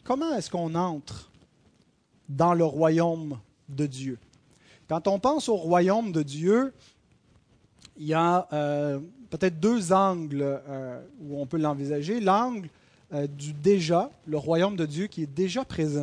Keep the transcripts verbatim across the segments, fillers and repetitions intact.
comment est-ce qu'on entre dans le royaume de Dieu? Quand on pense au royaume de Dieu, il y a euh, peut-être deux angles euh, où on peut l'envisager. L'angle euh, du déjà, le royaume de Dieu qui est déjà présent,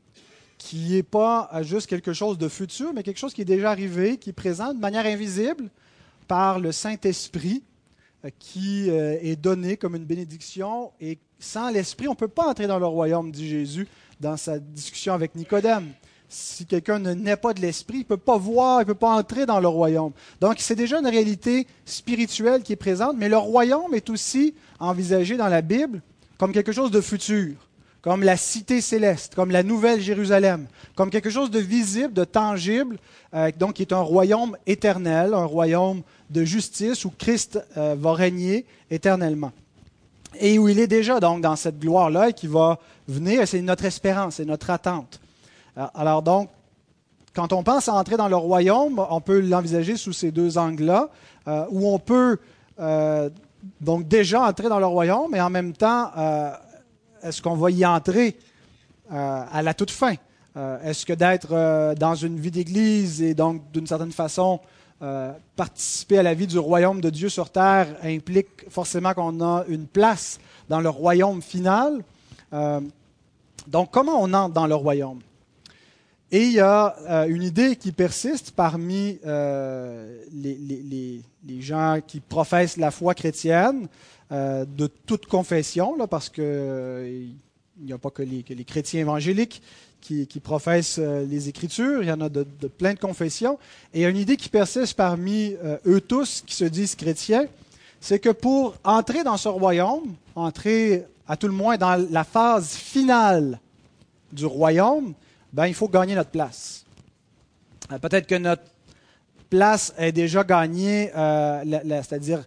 qui n'est pas juste quelque chose de futur, mais quelque chose qui est déjà arrivé, qui est présent de manière invisible par le Saint-Esprit, euh, qui euh, est donné comme une bénédiction. Et sans l'Esprit, on ne peut pas entrer dans le royaume, dit Jésus dans sa discussion avec Nicodème. Si quelqu'un ne naît pas de l'Esprit, il ne peut pas voir, il ne peut pas entrer dans le royaume. Donc, c'est déjà une réalité spirituelle qui est présente, mais le royaume est aussi envisagé dans la Bible comme quelque chose de futur, comme la cité céleste, comme la nouvelle Jérusalem, comme quelque chose de visible, de tangible, euh, donc qui est un royaume éternel, un royaume de justice où Christ euh, va régner éternellement. Et où il est déjà donc dans cette gloire-là et qui va venir, c'est notre espérance, c'est notre attente. Alors donc, quand on pense à entrer dans le royaume, on peut l'envisager sous ces deux angles-là, euh, où on peut euh, donc déjà entrer dans le royaume, mais en même temps, euh, est-ce qu'on va y entrer euh, à la toute fin? Euh, est-ce que d'être euh, dans une vie d'Église et donc d'une certaine façon euh, participer à la vie du royaume de Dieu sur terre implique forcément qu'on a une place dans le royaume final? Euh, donc, comment on entre dans le royaume? Et il y a euh, une idée qui persiste parmi euh, les, les, les, les gens qui professent la foi chrétienne, euh, de toute confession, là, parce qu'il euh, n'y a pas que les, que les chrétiens évangéliques qui, qui professent euh, les Écritures, il y en a de, de plein de confessions. Et il y a une idée qui persiste parmi euh, eux tous qui se disent chrétiens, c'est que pour entrer dans ce royaume, entrer à tout le moins dans la phase finale du royaume, ben, il faut gagner notre place. Euh, peut-être que notre place est déjà gagnée, euh, la, la, c'est-à-dire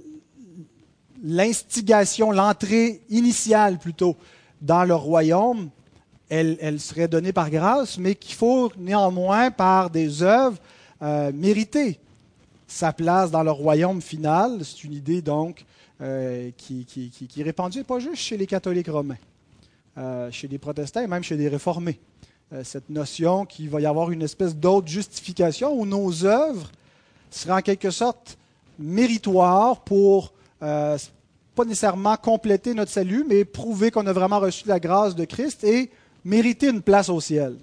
l'instigation, l'entrée initiale plutôt dans le royaume, elle, elle serait donnée par grâce, mais qu'il faut néanmoins, par des œuvres, euh, mériter sa place dans le royaume final. C'est une idée donc euh, qui, qui, qui, qui est répandue, pas juste chez les catholiques romains, euh, chez les protestants et même chez les réformés. Cette notion qu'il va y avoir une espèce d'autre justification où nos œuvres seraient en quelque sorte méritoires pour, euh, pas nécessairement compléter notre salut, mais prouver qu'on a vraiment reçu la grâce de Christ et mériter une place au ciel.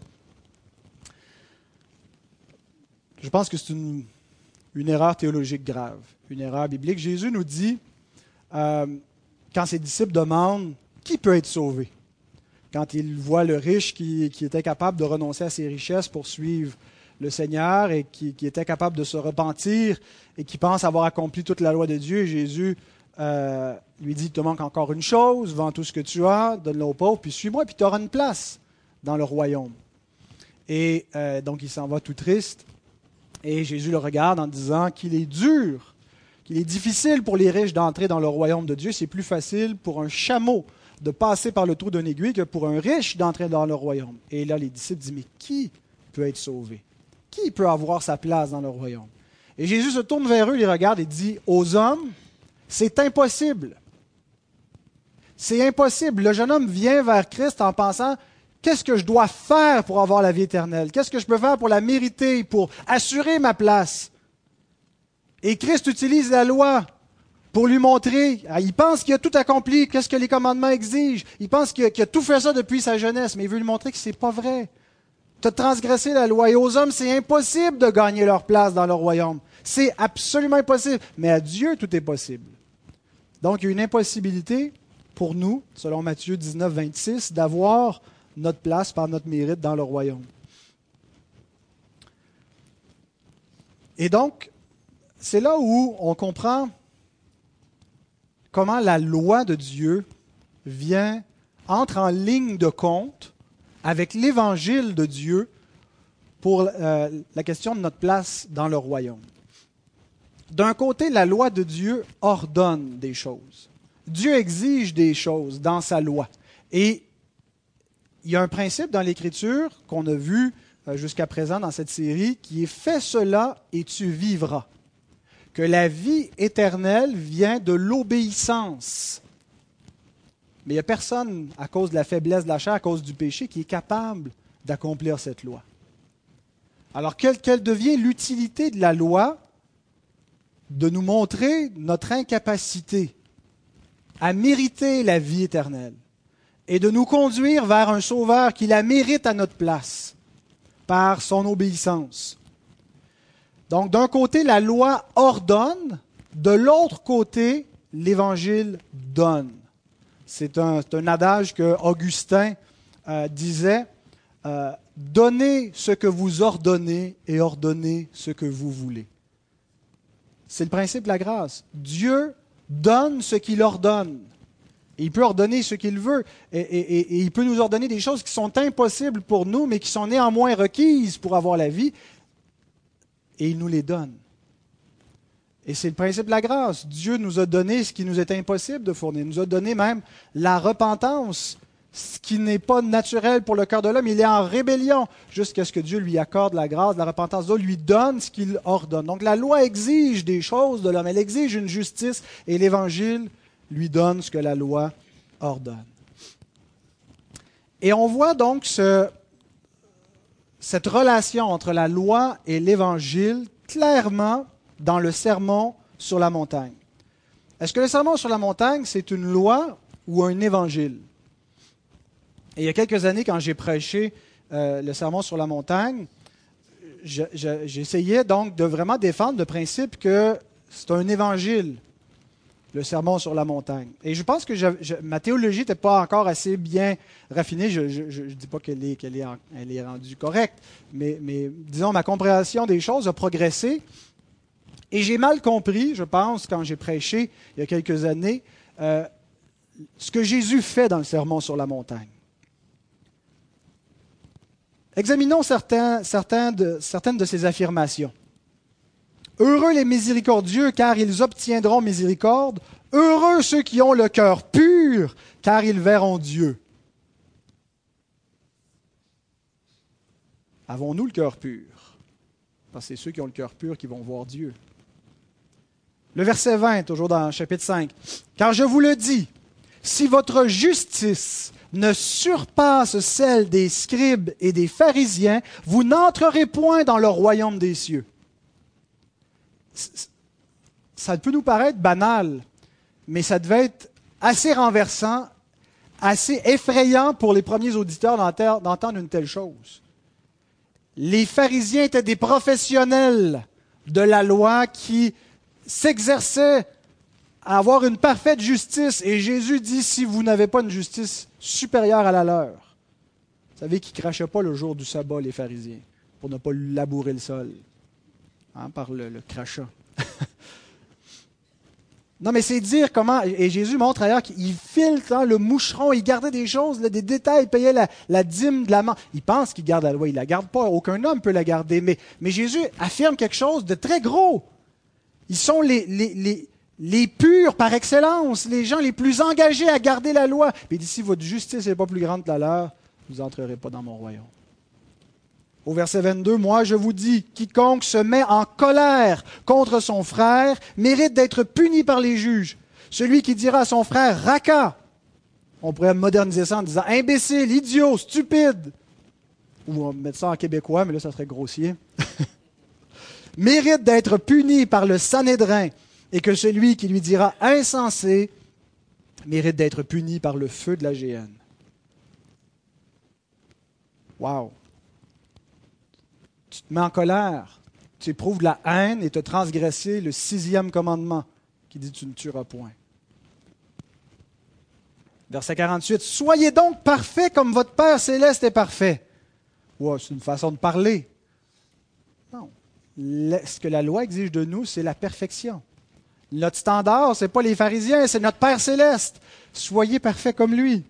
Je pense que c'est une, une erreur théologique grave, une erreur biblique. Jésus nous dit, euh, quand ses disciples demandent « Qui peut être sauvé ?» Quand il voit le riche qui, qui était capable de renoncer à ses richesses pour suivre le Seigneur et qui, qui était capable de se repentir et qui pense avoir accompli toute la loi de Dieu, et Jésus euh, lui dit, il te manque encore une chose, vends tout ce que tu as, donne-le aux pauvres, puis suis-moi, puis tu auras une place dans le royaume. Et euh, donc il s'en va tout triste, et Jésus le regarde en disant qu'il est dur, qu'il est difficile pour les riches d'entrer dans le royaume de Dieu, c'est plus facile pour un chameau de passer par le trou d'une aiguille que pour un riche d'entrer dans le royaume. Et là, les disciples disent, mais qui peut être sauvé? Qui peut avoir sa place dans le royaume? Et Jésus se tourne vers eux, les regarde et dit, aux hommes, c'est impossible. C'est impossible. Le jeune homme vient vers Christ en pensant, qu'est-ce que je dois faire pour avoir la vie éternelle? Qu'est-ce que je peux faire pour la mériter, pour assurer ma place? Et Christ utilise la loi pour lui montrer, il pense qu'il a tout accompli, qu'est-ce que les commandements exigent. Il pense qu'il a, qu'il a tout fait ça depuis sa jeunesse, mais il veut lui montrer que ce n'est pas vrai. Tu as transgressé la loi. Et aux hommes, c'est impossible de gagner leur place dans le royaume. C'est absolument impossible. Mais à Dieu, tout est possible. Donc, il y a une impossibilité pour nous, selon Matthieu dix-neuf, vingt-six, d'avoir notre place par notre mérite dans le royaume. Et donc, c'est là où on comprend comment la loi de Dieu vient, entre en ligne de compte avec l'évangile de Dieu pour euh, la question de notre place dans le royaume. D'un côté, la loi de Dieu ordonne des choses. Dieu exige des choses dans sa loi. Et il y a un principe dans l'Écriture qu'on a vu euh, jusqu'à présent dans cette série qui est « Fais cela et tu vivras ». Que la vie éternelle vient de l'obéissance. Mais il n'y a personne, à cause de la faiblesse de la chair, à cause du péché, qui est capable d'accomplir cette loi. Alors, quelle, quelle devient l'utilité de la loi? De nous montrer notre incapacité à mériter la vie éternelle et de nous conduire vers un Sauveur qui la mérite à notre place par son obéissance. Donc, d'un côté, la loi ordonne, de l'autre côté, l'Évangile donne. C'est un, c'est un adage que Augustin euh, disait, euh, « Donnez ce que vous ordonnez et ordonnez ce que vous voulez. » C'est le principe de la grâce. Dieu donne ce qu'il ordonne. Et il peut ordonner ce qu'il veut. Et, et, et, et il peut nous ordonner des choses qui sont impossibles pour nous, mais qui sont néanmoins requises pour avoir la vie. Et il nous les donne. Et c'est le principe de la grâce. Dieu nous a donné ce qui nous est impossible de fournir. Il nous a donné même la repentance, ce qui n'est pas naturel pour le cœur de l'homme. Il est en rébellion jusqu'à ce que Dieu lui accorde la grâce, la repentance. Dieu lui donne ce qu'il ordonne. Donc la loi exige des choses de l'homme. Elle exige une justice et l'Évangile lui donne ce que la loi ordonne. Et on voit donc ce, cette relation entre la loi et l'Évangile clairement dans le sermon sur la montagne. Est-ce que le sermon sur la montagne, c'est une loi ou un évangile? Et il y a quelques années, quand j'ai prêché euh, le sermon sur la montagne, je, je, j'essayais donc de vraiment défendre le principe que c'est un évangile, le sermon sur la montagne. Et je pense que je, je, ma théologie n'était pas encore assez bien raffinée. Je ne dis pas qu'elle est, qu'elle est, en, elle est rendue correcte, mais, mais disons, ma compréhension des choses a progressé. Et j'ai mal compris, je pense, quand j'ai prêché il y a quelques années, euh, ce que Jésus fait dans le sermon sur la montagne. Examinons certains, certains de, certaines de ces affirmations. « Heureux les miséricordieux, car ils obtiendront miséricorde. Heureux ceux qui ont le cœur pur, car ils verront Dieu. » Avons-nous le cœur pur? Parce que c'est ceux qui ont le cœur pur qui vont voir Dieu. Le verset vingt, toujours dans le chapitre cinq. « Car je vous le dis, si votre justice ne surpasse celle des scribes et des pharisiens, vous n'entrerez point dans le royaume des cieux. » Ça peut nous paraître banal, mais ça devait être assez renversant, assez effrayant pour les premiers auditeurs d'entendre une telle chose. Les pharisiens étaient des professionnels de la loi qui s'exerçaient à avoir une parfaite justice. Et Jésus dit, si vous n'avez pas une justice supérieure à la leur, vous savez qu'ils ne crachaient pas le jour du sabbat, les pharisiens, pour ne pas labourer le sol, hein, par le, le crachat. Non, mais c'est dire comment, et Jésus montre ailleurs qu'il filtre hein, le moucheron, il gardait des choses, là, des détails, il payait la, la dîme de la main. Il pense qu'il garde la loi, il ne la garde pas, aucun homme peut la garder. Mais, mais Jésus affirme quelque chose de très gros. Ils sont les, les, les, les purs par excellence, les gens les plus engagés à garder la loi. Puis il dit, si votre justice n'est pas plus grande que la leur, vous n'entrerez pas dans mon royaume. Au verset vingt-deux, « Moi je vous dis, quiconque se met en colère contre son frère mérite d'être puni par les juges. Celui qui dira à son frère « Raka », on pourrait moderniser ça en disant « imbécile, idiot, stupide », ou on va mettre ça en québécois, mais là ça serait grossier, mérite d'être puni par le Sanhédrin, et que celui qui lui dira « insensé » mérite d'être puni par le feu de la géhenne. Wow! Tu te mets en colère, tu éprouves de la haine et tu as transgressé le sixième commandement qui dit « tu ne tueras point ». Verset quarante-huit, « Soyez donc parfaits comme votre Père céleste est parfait. » Ouais, c'est une façon de parler. Non. Ce que la loi exige de nous, c'est la perfection. Notre standard, ce n'est pas les pharisiens, c'est notre Père céleste. Soyez parfaits comme lui.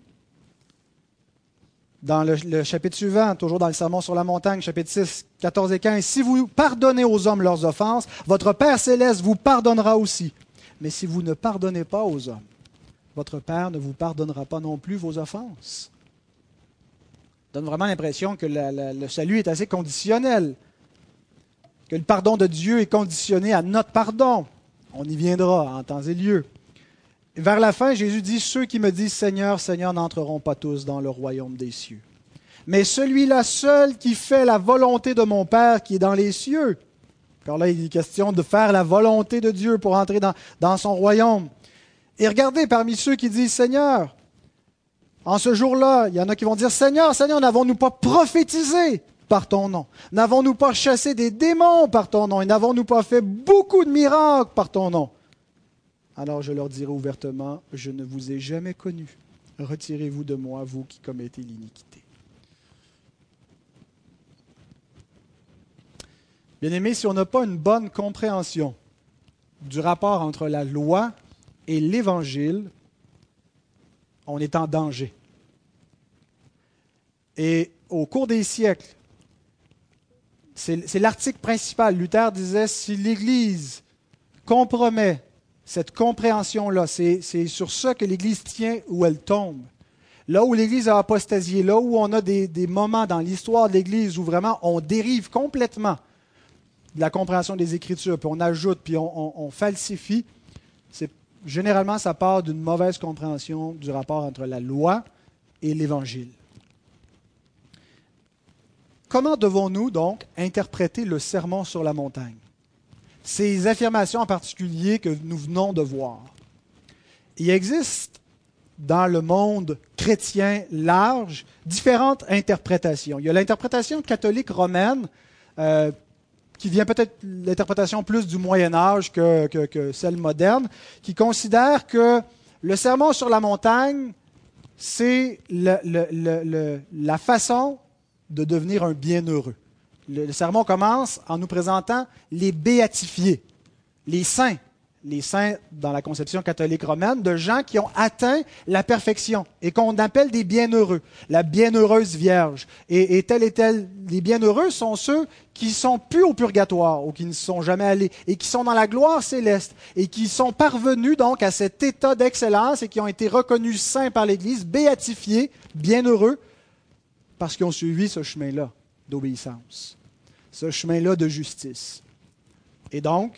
Dans le, le chapitre suivant, toujours dans le sermon sur la montagne, chapitre six, quatorze et quinze, « Si vous pardonnez aux hommes leurs offenses, votre Père céleste vous pardonnera aussi. Mais si vous ne pardonnez pas aux hommes, votre Père ne vous pardonnera pas non plus vos offenses. » Ça donne vraiment l'impression que la, la, le salut est assez conditionnel, que le pardon de Dieu est conditionné à notre pardon. On y viendra en temps et lieu. Vers la fin, Jésus dit, « Ceux qui me disent Seigneur, Seigneur n'entreront pas tous dans le royaume des cieux. Mais celui-là seul qui fait la volonté de mon Père qui est dans les cieux. » Alors là, il est question de faire la volonté de Dieu pour entrer dans, dans son royaume. Et regardez, parmi ceux qui disent Seigneur, en ce jour-là, il y en a qui vont dire, « Seigneur, Seigneur, n'avons-nous pas prophétisé par ton nom? N'avons-nous pas chassé des démons par ton nom? Et n'avons-nous pas fait beaucoup de miracles par ton nom? » Alors je leur dirai ouvertement, « Je ne vous ai jamais connus. Retirez-vous de moi, vous qui commettez l'iniquité. » Bien-aimés, si on n'a pas une bonne compréhension du rapport entre la loi et l'Évangile, on est en danger. Et au cours des siècles, c'est, c'est l'article principal. Luther disait, si l'Église compromet cette compréhension-là, c'est, c'est sur ça que l'Église tient ou elle tombe. Là où l'Église a apostasié, là où on a des, des moments dans l'histoire de l'Église où vraiment on dérive complètement de la compréhension des Écritures, puis on ajoute, puis on, on, on falsifie, c'est, généralement ça part d'une mauvaise compréhension du rapport entre la loi et l'Évangile. Comment devons-nous donc interpréter le sermon sur la montagne? Ces affirmations en particulier que nous venons de voir. Il existe dans le monde chrétien large différentes interprétations. Il y a l'interprétation catholique romaine, euh, qui vient peut-être l'interprétation plus du Moyen Âge que, que, que celle moderne, qui considère que le sermon sur la montagne, c'est le, le, le, le, la façon de devenir un bienheureux. Le, le sermon commence en nous présentant les béatifiés, les saints, les saints dans la conception catholique romaine, de gens qui ont atteint la perfection et qu'on appelle des bienheureux, la bienheureuse Vierge. Et, et tel et tel, les bienheureux sont ceux qui sont plus au purgatoire ou qui ne sont jamais allés et qui sont dans la gloire céleste et qui sont parvenus donc à cet état d'excellence et qui ont été reconnus saints par l'Église, béatifiés, bienheureux, parce qu'ils ont suivi ce chemin-là d'obéissance, ce chemin-là de justice. Et donc,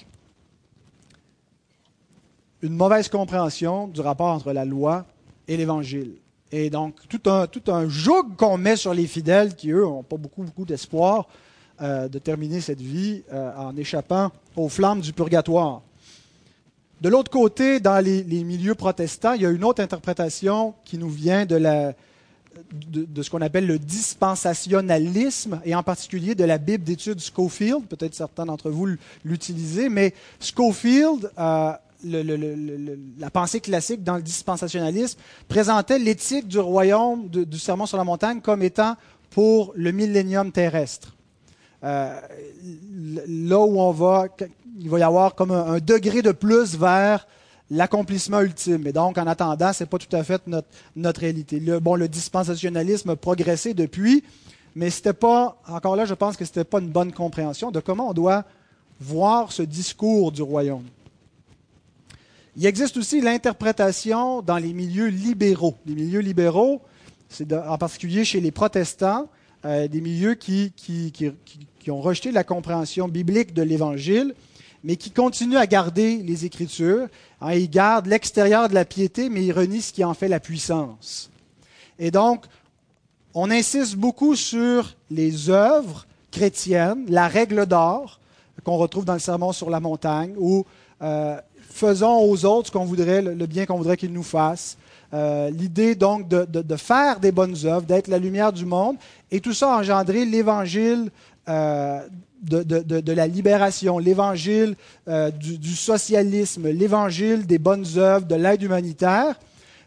une mauvaise compréhension du rapport entre la loi et l'Évangile. Et donc, tout un, tout un joug qu'on met sur les fidèles qui, eux, n'ont pas beaucoup, beaucoup d'espoir euh, de terminer cette vie euh, en échappant aux flammes du purgatoire. De l'autre côté, dans les, les milieux protestants, il y a une autre interprétation qui nous vient de, la, de, de ce qu'on appelle le dispensationalisme, et en particulier de la Bible d'études Scofield. Peut-être certains d'entre vous l'utilisez, mais Scofield... Euh, Le, le, le, la pensée classique dans le dispensationalisme présentait l'éthique du royaume de, du sermon sur la montagne comme étant pour le millénium terrestre. Euh, là où on va, il va y avoir comme un, un degré de plus vers l'accomplissement ultime. Et donc, en attendant, ce n'est pas tout à fait notre, notre réalité. Le, bon, le dispensationalisme a progressé depuis, mais c'était pas, encore là, je pense que ce n'était pas une bonne compréhension de comment on doit voir ce discours du royaume. Il existe aussi l'interprétation dans les milieux libéraux. Les milieux libéraux, c'est de, en particulier chez les protestants, euh, des milieux qui, qui, qui, qui ont rejeté la compréhension biblique de l'Évangile, mais qui continuent à garder les Écritures. Hein, ils gardent l'extérieur de la piété, mais ils renient ce qui en fait la puissance. Et donc, on insiste beaucoup sur les œuvres chrétiennes, la règle d'or qu'on retrouve dans le Sermon sur la montagne, où euh, faisons aux autres ce qu'on voudrait, le bien qu'on voudrait qu'ils nous fassent. Euh, l'idée donc de, de, de faire des bonnes œuvres, d'être la lumière du monde, et tout ça a engendré l'évangile euh, de, de, de, de la libération, l'évangile euh, du, du socialisme, l'évangile des bonnes œuvres, de l'aide humanitaire,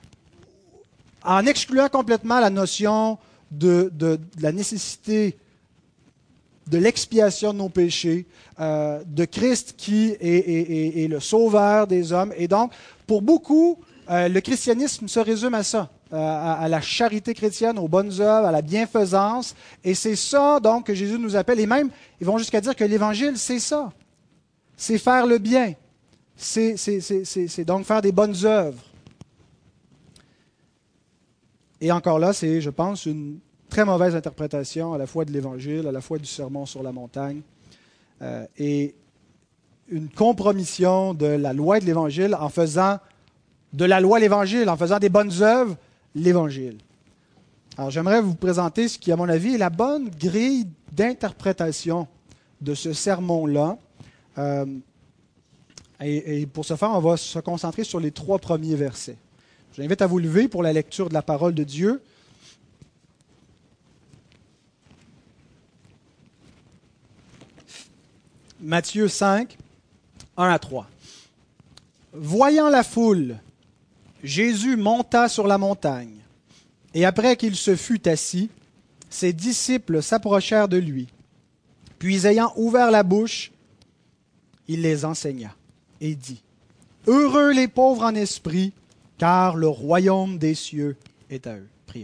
en excluant complètement la notion de, de, de la nécessité de l'expiation de nos péchés, euh, de Christ qui est, est, est, est le sauveur des hommes. Et donc, pour beaucoup, euh, le christianisme se résume à ça, euh, à, à la charité chrétienne, aux bonnes œuvres, à la bienfaisance. Et c'est ça, donc, que Jésus nous appelle. Et même, ils vont jusqu'à dire que l'Évangile, c'est ça. C'est faire le bien. C'est, c'est, c'est, c'est, c'est donc faire des bonnes œuvres. Et encore là, c'est, je pense, une très mauvaise interprétation à la fois de l'Évangile, à la fois du Sermon sur la montagne, euh, et une compromission de la loi et de l'Évangile en faisant de la loi l'Évangile, en faisant des bonnes œuvres, l'Évangile. Alors j'aimerais vous présenter ce qui, à mon avis, est la bonne grille d'interprétation de ce sermon-là. Euh, et, et pour ce faire, on va se concentrer sur les trois premiers versets. Je vous invite à vous lever pour la lecture de la parole de Dieu. Matthieu cinq, un à trois. Voyant la foule, Jésus monta sur la montagne, et après qu'il se fut assis, ses disciples s'approchèrent de lui. Puis ayant ouvert la bouche, il les enseigna et dit, « Heureux les pauvres en esprit, car le royaume des cieux est à eux. » Prions.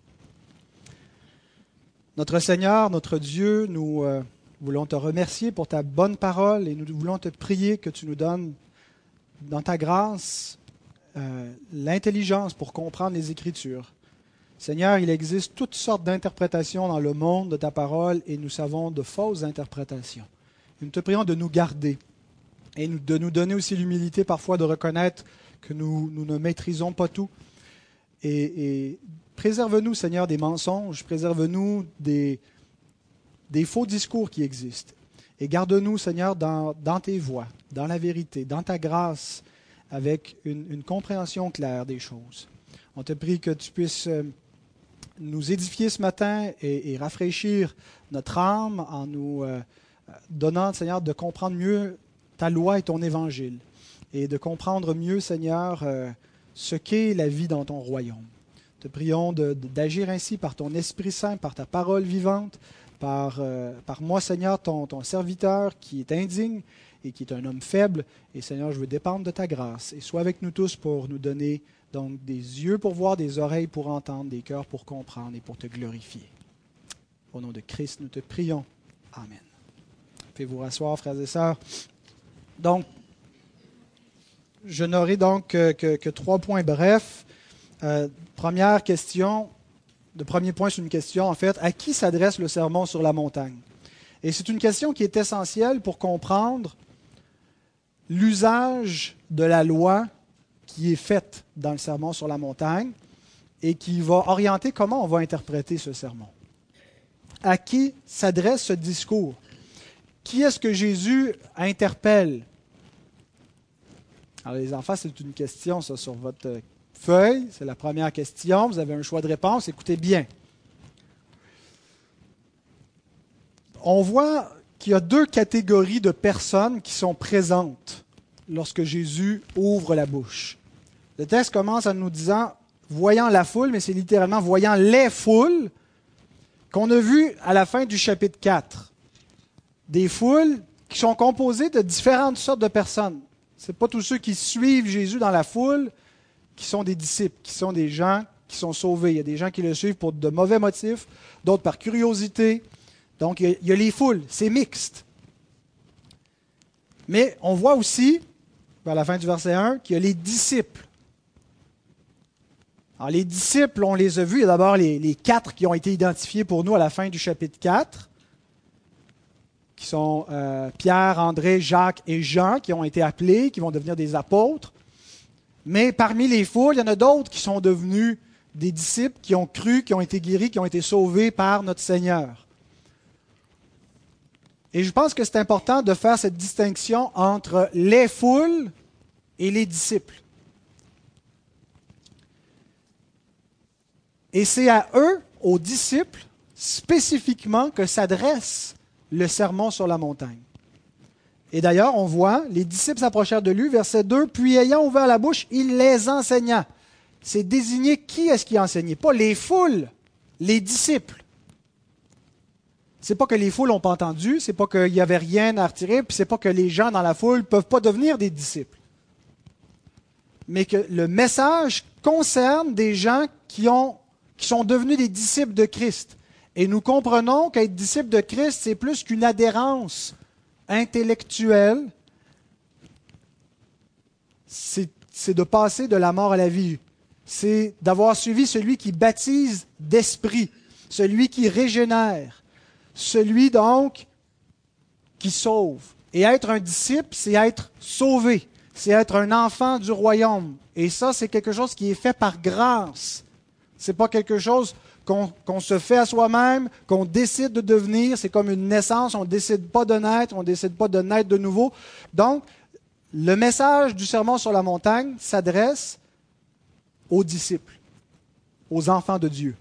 Notre Seigneur, notre Dieu, nous euh, voulons te remercier pour ta bonne parole et nous voulons te prier que tu nous donnes dans ta grâce euh, l'intelligence pour comprendre les Écritures. Seigneur, il existe toutes sortes d'interprétations dans le monde de ta parole et nous savons de fausses interprétations. Et nous te prions de nous garder et de nous donner aussi l'humilité parfois de reconnaître que nous, nous ne maîtrisons pas tout. Et, et préserve-nous, Seigneur, des mensonges, préserve-nous des, des faux discours qui existent. Et garde-nous, Seigneur, dans, dans tes voies, dans la vérité, dans ta grâce, avec une, une compréhension claire des choses. On te prie que tu puisses nous édifier ce matin et, et rafraîchir notre âme en nous euh, donnant, Seigneur, de comprendre mieux ta loi et ton évangile et de comprendre mieux, Seigneur, euh, ce qu'est la vie dans ton royaume. Te prions de, de, d'agir ainsi par ton Esprit Saint, par ta parole vivante, par, euh, par moi, Seigneur, ton, ton serviteur qui est indigne et qui est un homme faible. Et Seigneur, je veux dépendre de ta grâce. Et sois avec nous tous pour nous donner donc des yeux pour voir, des oreilles pour entendre, des cœurs pour comprendre et pour te glorifier. Au nom de Christ, nous te prions. Amen. Faites vous rasseoir, frères et sœurs. Donc, je n'aurai donc que, que, que trois points brefs. Euh, première question, le premier point, c'est une question, en fait, à qui s'adresse le sermon sur la montagne? Et c'est une question qui est essentielle pour comprendre l'usage de la loi qui est faite dans le sermon sur la montagne et qui va orienter comment on va interpréter ce sermon. À qui s'adresse ce discours? Qui est-ce que Jésus interpelle? Alors les enfants, c'est une question ça, sur votre feuille. C'est la première question. Vous avez un choix de réponse. Écoutez bien. On voit qu'il y a deux catégories de personnes qui sont présentes lorsque Jésus ouvre la bouche. Le texte commence en nous disant « voyant la foule », mais c'est littéralement « voyant les foules » qu'on a vues à la fin du chapitre quatre. Des foules qui sont composées de différentes sortes de personnes. Ce n'est pas tous ceux qui suivent Jésus dans la foule qui sont des disciples, qui sont des gens qui sont sauvés. Il y a des gens qui le suivent pour de mauvais motifs, d'autres par curiosité. Donc, il y a, il y a les foules, c'est mixte. Mais on voit aussi, vers la fin du verset un, qu'il y a les disciples. Alors, les disciples, on les a vus. Il y a d'abord les, les quatre qui ont été identifiés pour nous à la fin du chapitre quatre, qui sont euh, Pierre, André, Jacques et Jean, qui ont été appelés, qui vont devenir des apôtres. Mais parmi les foules, il y en a d'autres qui sont devenus des disciples, qui ont cru, qui ont été guéris, qui ont été sauvés par notre Seigneur. Et je pense que c'est important de faire cette distinction entre les foules et les disciples. Et c'est à eux, aux disciples, spécifiquement, que s'adresse le sermon sur la montagne. Et d'ailleurs, on voit, les disciples s'approchèrent de lui, verset deux, « Puis ayant ouvert la bouche, il les enseigna. » C'est désigné qui est-ce qui enseignait, pas les foules, les disciples. C'est pas que les foules n'ont pas entendu, c'est pas qu'il n'y avait rien à retirer, puis c'est pas que les gens dans la foule ne peuvent pas devenir des disciples. Mais que le message concerne des gens qui, ont, qui sont devenus des disciples de Christ. Et nous comprenons qu'être disciple de Christ, c'est plus qu'une adhérence intellectuelle. C'est, c'est de passer de la mort à la vie. C'est d'avoir suivi celui qui baptise d'esprit, celui qui régénère, celui donc qui sauve. Et être un disciple, c'est être sauvé. c'est être un enfant du royaume. Et ça, c'est quelque chose qui est fait par grâce. Ce n'est pas quelque chose qu'on, qu'on se fait à soi-même, qu'on décide de devenir. C'est comme une naissance, on ne décide pas de naître, on ne décide pas de naître de nouveau. Donc, le message du Sermon sur la montagne s'adresse aux disciples, aux enfants de Dieu.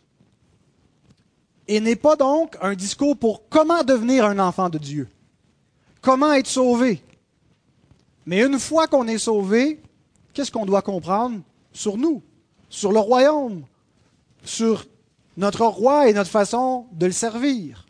Et n'est pas donc un discours pour comment devenir un enfant de Dieu, comment être sauvé. Mais une fois qu'on est sauvé, qu'est-ce qu'on doit comprendre sur nous, sur le royaume, sur notre roi et notre façon de le servir?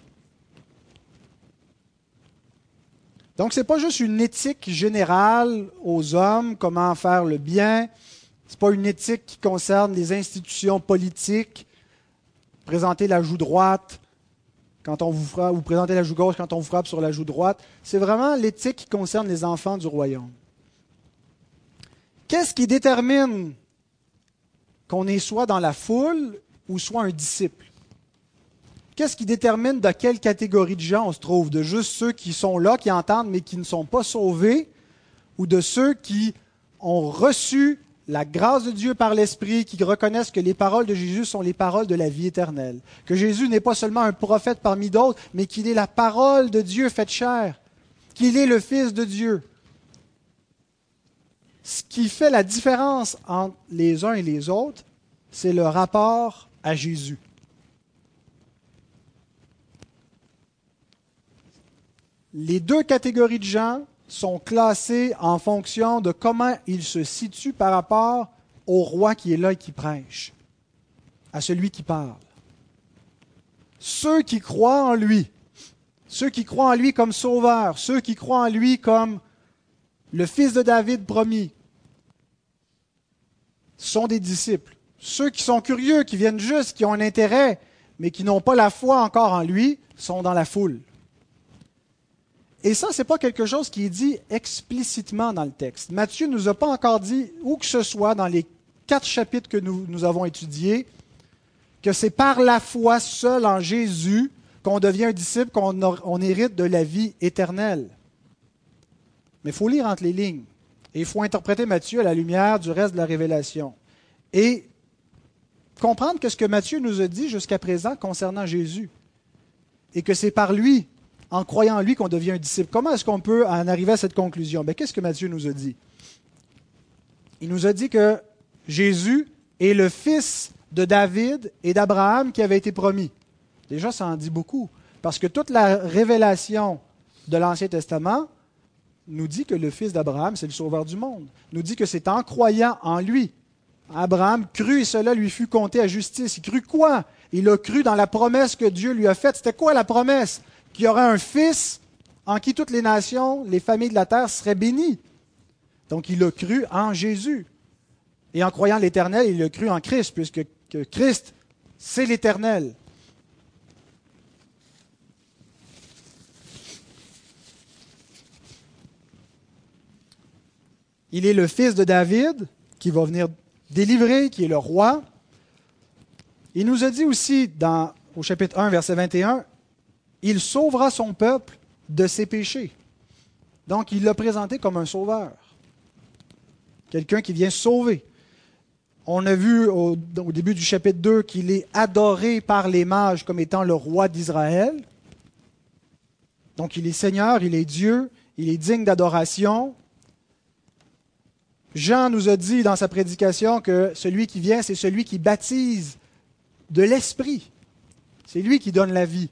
Donc, ce n'est pas juste une éthique générale aux hommes, comment faire le bien. Ce n'est pas une éthique qui concerne les institutions politiques, présenter la joue droite quand on vous frappe, ou présenter la joue gauche quand on vous frappe sur la joue droite. C'est vraiment l'éthique qui concerne les enfants du royaume. Qu'est-ce qui détermine qu'on est soit dans la foule ou soit un disciple? Qu'est-ce qui détermine de quelle catégorie de gens on se trouve? De juste ceux qui sont là, qui entendent, mais qui ne sont pas sauvés, ou de ceux qui ont reçu la grâce de Dieu par l'Esprit, qui reconnaissent que les paroles de Jésus sont les paroles de la vie éternelle? Que Jésus n'est pas seulement un prophète parmi d'autres, mais qu'il est la parole de Dieu faite chair, qu'il est le Fils de Dieu. Ce qui fait la différence entre les uns et les autres, c'est le rapport à Jésus. Les deux catégories de gens sont classées en fonction de comment ils se situent par rapport au roi qui est là et qui prêche, à celui qui parle. Ceux qui croient en lui, ceux qui croient en lui comme sauveur, ceux qui croient en lui comme le fils de David promis, sont des disciples. Ceux qui sont curieux, qui viennent juste, qui ont un intérêt, mais qui n'ont pas la foi encore en lui, sont dans la foule. Et ça, ce n'est pas quelque chose qui est dit explicitement dans le texte. Matthieu ne nous a pas encore dit, où que ce soit, dans les quatre chapitres que nous, nous avons étudiés, que c'est par la foi seule en Jésus qu'on devient un disciple, qu'on on hérite de la vie éternelle. Mais il faut lire entre les lignes. Et il faut interpréter Matthieu à la lumière du reste de la révélation. Et comprendre ce que Matthieu nous a dit jusqu'à présent concernant Jésus. Et que c'est par lui, en croyant en lui, qu'on devient un disciple. Comment est-ce qu'on peut en arriver à cette conclusion? Bien, qu'est-ce que Matthieu nous a dit? Il nous a dit que Jésus est le fils de David et d'Abraham qui avait été promis. Déjà, ça en dit beaucoup. Parce que toute la révélation de l'Ancien Testament nous dit que le fils d'Abraham, c'est le sauveur du monde. Nous dit que c'est en croyant en lui. Abraham crut et cela lui fut compté à justice. Il crut quoi? Il a cru dans la promesse que Dieu lui a faite. C'était quoi la promesse? Qu'il y aurait un fils en qui toutes les nations, les familles de la terre seraient bénies. Donc il a cru en Jésus. Et en croyant l'Éternel, il a cru en Christ, puisque que Christ, c'est l'Éternel. Il est le fils de David qui va venir délivrer, qui est le roi. Il nous a dit aussi dans, au chapitre un, verset vingt et un, « Il sauvera son peuple de ses péchés. » Donc, il l'a présenté comme un sauveur. Quelqu'un qui vient sauver. On a vu au, au début du chapitre deux qu'il est adoré par les mages comme étant le roi d'Israël. Donc, il est Seigneur, il est Dieu, il est digne d'adoration. Jean nous a dit dans sa prédication que celui qui vient, c'est celui qui baptise de l'Esprit. C'est lui qui donne la vie.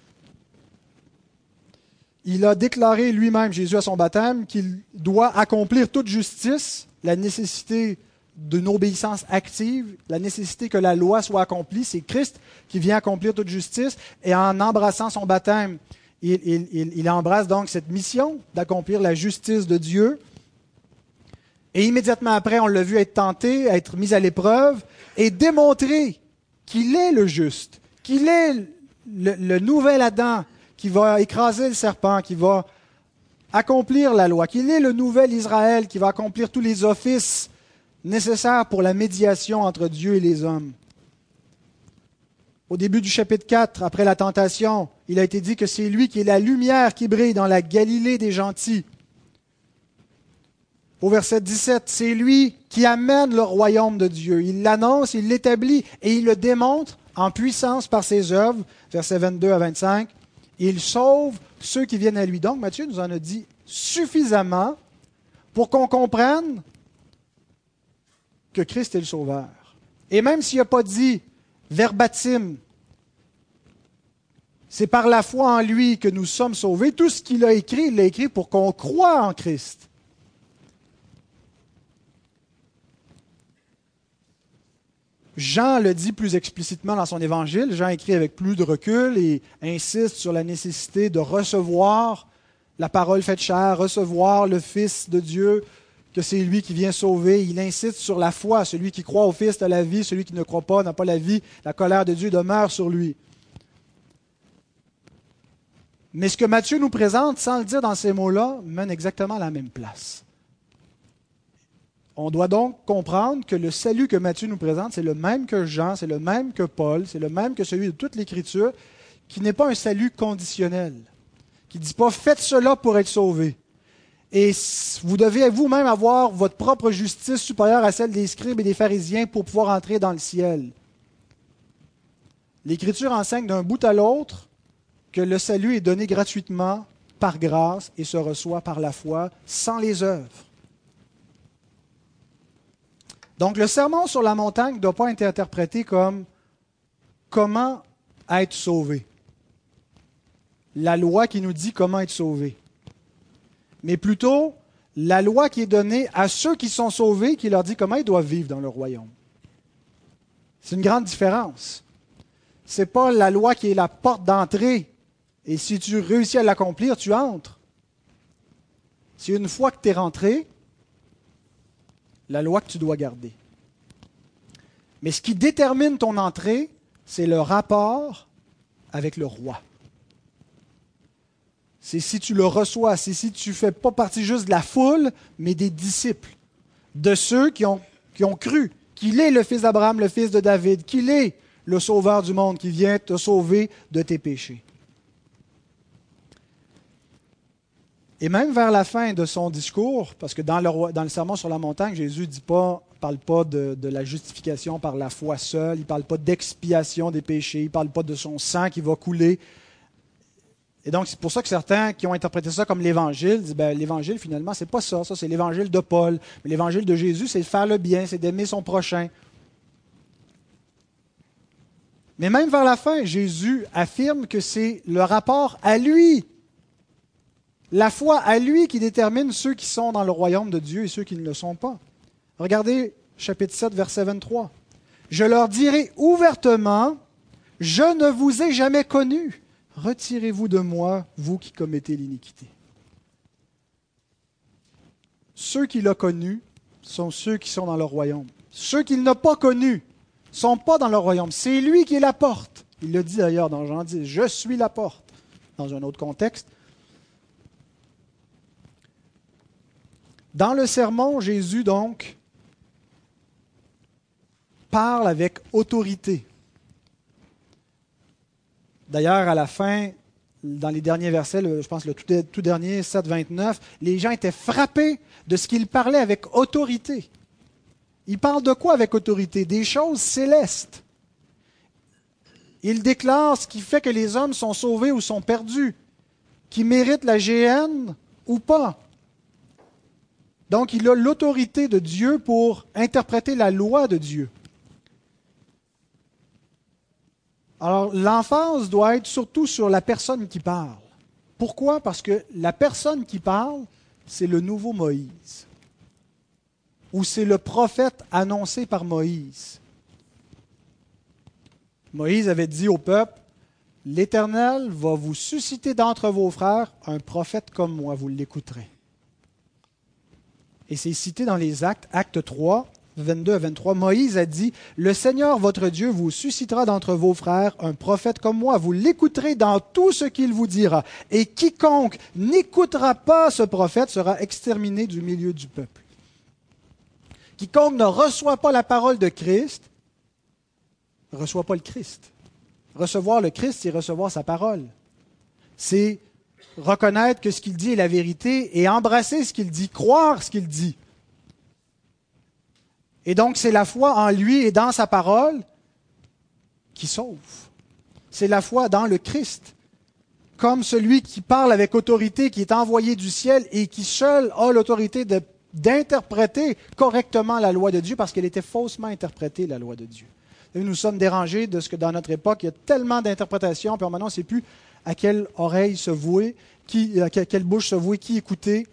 Il a déclaré lui-même, Jésus, à son baptême, qu'il doit accomplir toute justice, la nécessité d'une obéissance active, la nécessité que la loi soit accomplie. C'est Christ qui vient accomplir toute justice. Et en embrassant son baptême, il, il, il, il embrasse donc cette mission d'accomplir la justice de Dieu. Et immédiatement après, on l'a vu être tenté, être mis à l'épreuve et démontrer qu'il est le juste, qu'il est le, le nouvel Adam qui va écraser le serpent, qui va accomplir la loi, qu'il est le nouvel Israël qui va accomplir tous les offices nécessaires pour la médiation entre Dieu et les hommes. Au début du chapitre quatre, après la tentation, il a été dit que c'est lui qui est la lumière qui brille dans la Galilée des gentils. Au verset dix-sept, c'est lui qui amène le royaume de Dieu. Il l'annonce, il l'établit et il le démontre en puissance par ses œuvres. Versets vingt-deux à vingt-cinq. Il sauve ceux qui viennent à lui. Donc, Matthieu nous en a dit suffisamment pour qu'on comprenne que Christ est le Sauveur. Et même s'il n'a pas dit verbatim, c'est par la foi en lui que nous sommes sauvés, tout ce qu'il a écrit, il l'a écrit pour qu'on croie en Christ. Jean le dit plus explicitement dans son évangile. Jean écrit avec plus de recul et insiste sur la nécessité de recevoir la parole faite chair, recevoir le Fils de Dieu, que c'est lui qui vient sauver. Il insiste sur la foi. Celui qui croit au Fils a la vie, celui qui ne croit pas n'a pas la vie. La colère de Dieu demeure sur lui. Mais ce que Matthieu nous présente, sans le dire dans ces mots-là, mène exactement à la même place. On doit donc comprendre que le salut que Matthieu nous présente, c'est le même que Jean, c'est le même que Paul, c'est le même que celui de toute l'Écriture, qui n'est pas un salut conditionnel, qui ne dit pas « faites cela pour être sauvés ». Et vous devez vous-même avoir votre propre justice supérieure à celle des scribes et des pharisiens pour pouvoir entrer dans le ciel. L'Écriture enseigne d'un bout à l'autre que le salut est donné gratuitement, par grâce, et se reçoit par la foi, sans les œuvres. Donc, le sermon sur la montagne ne doit pas être interprété comme comment être sauvé. La loi qui nous dit comment être sauvé. Mais plutôt, la loi qui est donnée à ceux qui sont sauvés, qui leur dit comment ils doivent vivre dans le royaume. C'est une grande différence. Ce n'est pas la loi qui est la porte d'entrée, et si tu réussis à l'accomplir, tu entres. C'est une fois que tu es rentré, la loi que tu dois garder. Mais ce qui détermine ton entrée, c'est le rapport avec le roi. C'est si tu le reçois, c'est si tu ne fais pas partie juste de la foule, mais des disciples, de ceux qui ont, qui ont cru qu'il est le fils d'Abraham, le fils de David, qu'il est le sauveur du monde, qui vient te sauver de tes péchés. Et même vers la fin de son discours, parce que dans le, dans le sermon sur la montagne, Jésus ne dit pas, parle pas de, de la justification par la foi seule, il ne parle pas d'expiation des péchés, il ne parle pas de son sang qui va couler. Et donc, c'est pour ça que certains qui ont interprété ça comme l'Évangile disent, ben, l'Évangile, finalement, c'est pas ça, ça c'est l'Évangile de Paul. Mais l'Évangile de Jésus, c'est de faire le bien, c'est d'aimer son prochain. Mais même vers la fin, Jésus affirme que c'est le rapport à lui, la foi à lui qui détermine ceux qui sont dans le royaume de Dieu et ceux qui ne le sont pas. Regardez chapitre sept, verset vingt-trois. « Je leur dirai ouvertement, je ne vous ai jamais connus. Retirez-vous de moi, vous qui commettez l'iniquité. » Ceux qu'il a connus sont ceux qui sont dans le royaume. Ceux qu'il n'a pas connus ne sont pas dans le royaume. C'est lui qui est la porte. Il le dit d'ailleurs dans Jean dix, « Je suis la porte », dans un autre contexte. Dans le sermon, Jésus, donc, parle avec autorité. D'ailleurs, à la fin, dans les derniers versets, le, je pense le tout, tout dernier, sept vingt-neuf, les gens étaient frappés de ce qu'il parlait avec autorité. Il parle de quoi avec autorité? Des choses célestes. Il déclare ce qui fait que les hommes sont sauvés ou sont perdus, qui méritent la géhenne ou pas. Donc, il a l'autorité de Dieu pour interpréter la loi de Dieu. Alors, l'emphase doit être surtout sur la personne qui parle. Pourquoi? Parce que la personne qui parle, c'est le nouveau Moïse. Ou c'est le prophète annoncé par Moïse. Moïse avait dit au peuple, « L'Éternel va vous susciter d'entre vos frères un prophète comme moi, vous l'écouterez. » Et c'est cité dans les Actes, Acte trois, vingt-deux à vingt-trois. Moïse a dit, « Le Seigneur votre Dieu vous suscitera d'entre vos frères un prophète comme moi. Vous l'écouterez dans tout ce qu'il vous dira. Et quiconque n'écoutera pas ce prophète sera exterminé du milieu du peuple. » Quiconque ne reçoit pas la parole de Christ ne reçoit pas le Christ. Recevoir le Christ, c'est recevoir sa parole. C'est reconnaître que ce qu'il dit est la vérité et embrasser ce qu'il dit, croire ce qu'il dit. Et donc, c'est la foi en lui et dans sa parole qui sauve. C'est la foi dans le Christ, comme celui qui parle avec autorité, qui est envoyé du ciel et qui seul a l'autorité de, d'interpréter correctement la loi de Dieu parce qu'elle était faussement interprétée, la loi de Dieu. Et nous sommes dérangés de ce que dans notre époque, il y a tellement d'interprétations, puis maintenant on ne sait plus à quelle oreille se vouer, qui, à quelle bouche se vouer, qui écouter.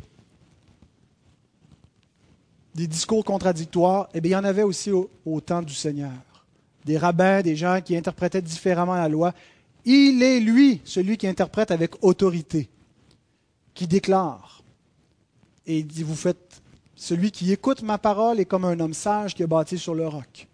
Des discours contradictoires, eh bien, il y en avait aussi au, au temps du Seigneur. Des rabbins, des gens qui interprétaient différemment la loi. Il est, lui, celui qui interprète avec autorité, qui déclare. Et il dit, vous faites, celui qui écoute ma parole est comme un homme sage qui est bâti sur le roc.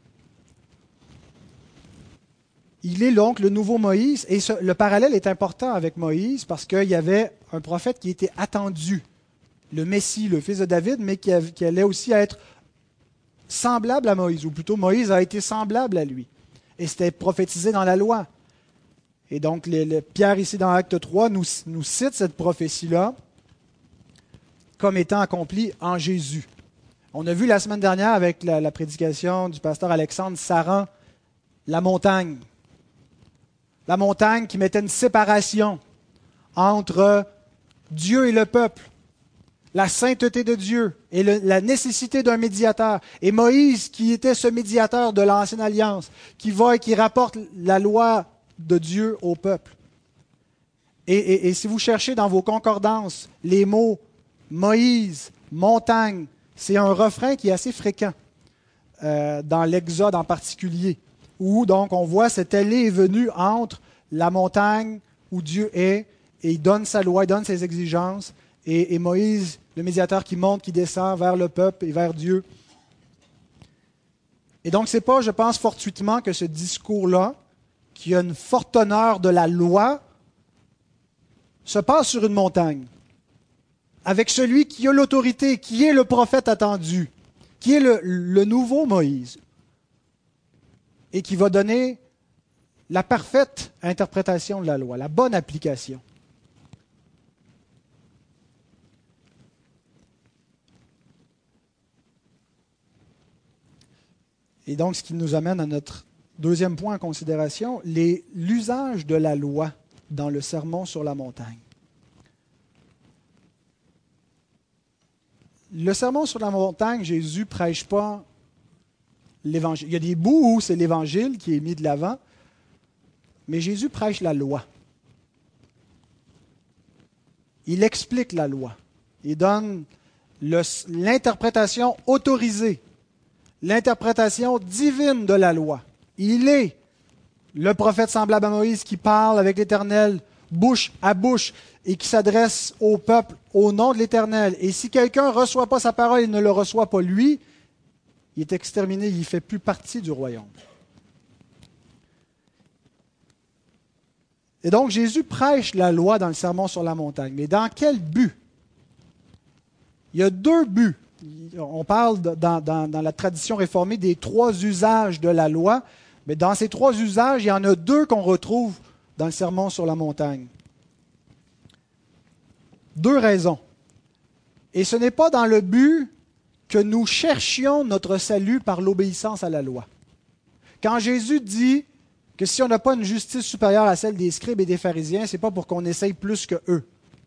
Il est donc le nouveau Moïse, et ce, le parallèle est important avec Moïse parce qu'il y avait un prophète qui était attendu, le Messie, le fils de David, mais qui, avait, qui allait aussi être semblable à Moïse, ou plutôt Moïse a été semblable à lui. Et c'était prophétisé dans la loi. Et donc, le, le, Pierre, ici dans Acte trois, nous, nous cite cette prophétie-là comme étant accomplie en Jésus. On a vu la semaine dernière avec la, la prédication du pasteur Alexandre Saran, la montagne. La montagne qui mettait une séparation entre Dieu et le peuple. La sainteté de Dieu et le, la nécessité d'un médiateur. Et Moïse, qui était ce médiateur de l'Ancienne Alliance, qui va et qui rapporte la loi de Dieu au peuple. Et, et, et si vous cherchez dans vos concordances les mots Moïse, montagne, c'est un refrain qui est assez fréquent, euh, dans l'Exode en particulier, où donc on voit cet aller et venu entre la montagne où Dieu est, et il donne sa loi, il donne ses exigences, Et, et Moïse, le médiateur qui monte, qui descend vers le peuple et vers Dieu. Et donc, ce n'est pas, je pense, fortuitement que ce discours-là, qui a une forte teneur de la loi, se passe sur une montagne, avec celui qui a l'autorité, qui est le prophète attendu, qui est le, le nouveau Moïse, et qui va donner la parfaite interprétation de la loi, la bonne application. Et donc, ce qui nous amène à notre deuxième point en considération, les, l'usage de la loi dans le sermon sur la montagne. Le sermon sur la montagne, Jésus ne prêche pas l'Évangile. Il y a des bouts où c'est l'Évangile qui est mis de l'avant, mais Jésus prêche la loi. Il explique la loi. Il donne le, l'interprétation autorisée, l'interprétation divine de la loi. Il est le prophète semblable à Moïse qui parle avec l'Éternel bouche à bouche et qui s'adresse au peuple au nom de l'Éternel. Et si quelqu'un ne reçoit pas sa parole et ne le reçoit pas lui, il est exterminé, il ne fait plus partie du royaume. Et donc Jésus prêche la loi dans le sermon sur la montagne. Mais dans quel but? Il y a deux buts. On parle dans, dans, dans la tradition réformée des trois usages de la loi, mais dans ces trois usages, il y en a deux qu'on retrouve dans le sermon sur la montagne. Deux raisons. Et ce n'est pas dans le but que nous cherchions notre salut par l'obéissance à la loi. Quand Jésus dit que si on n'a pas une justice supérieure à celle des scribes et des pharisiens, ce n'est pas pour qu'on essaye plus que eux.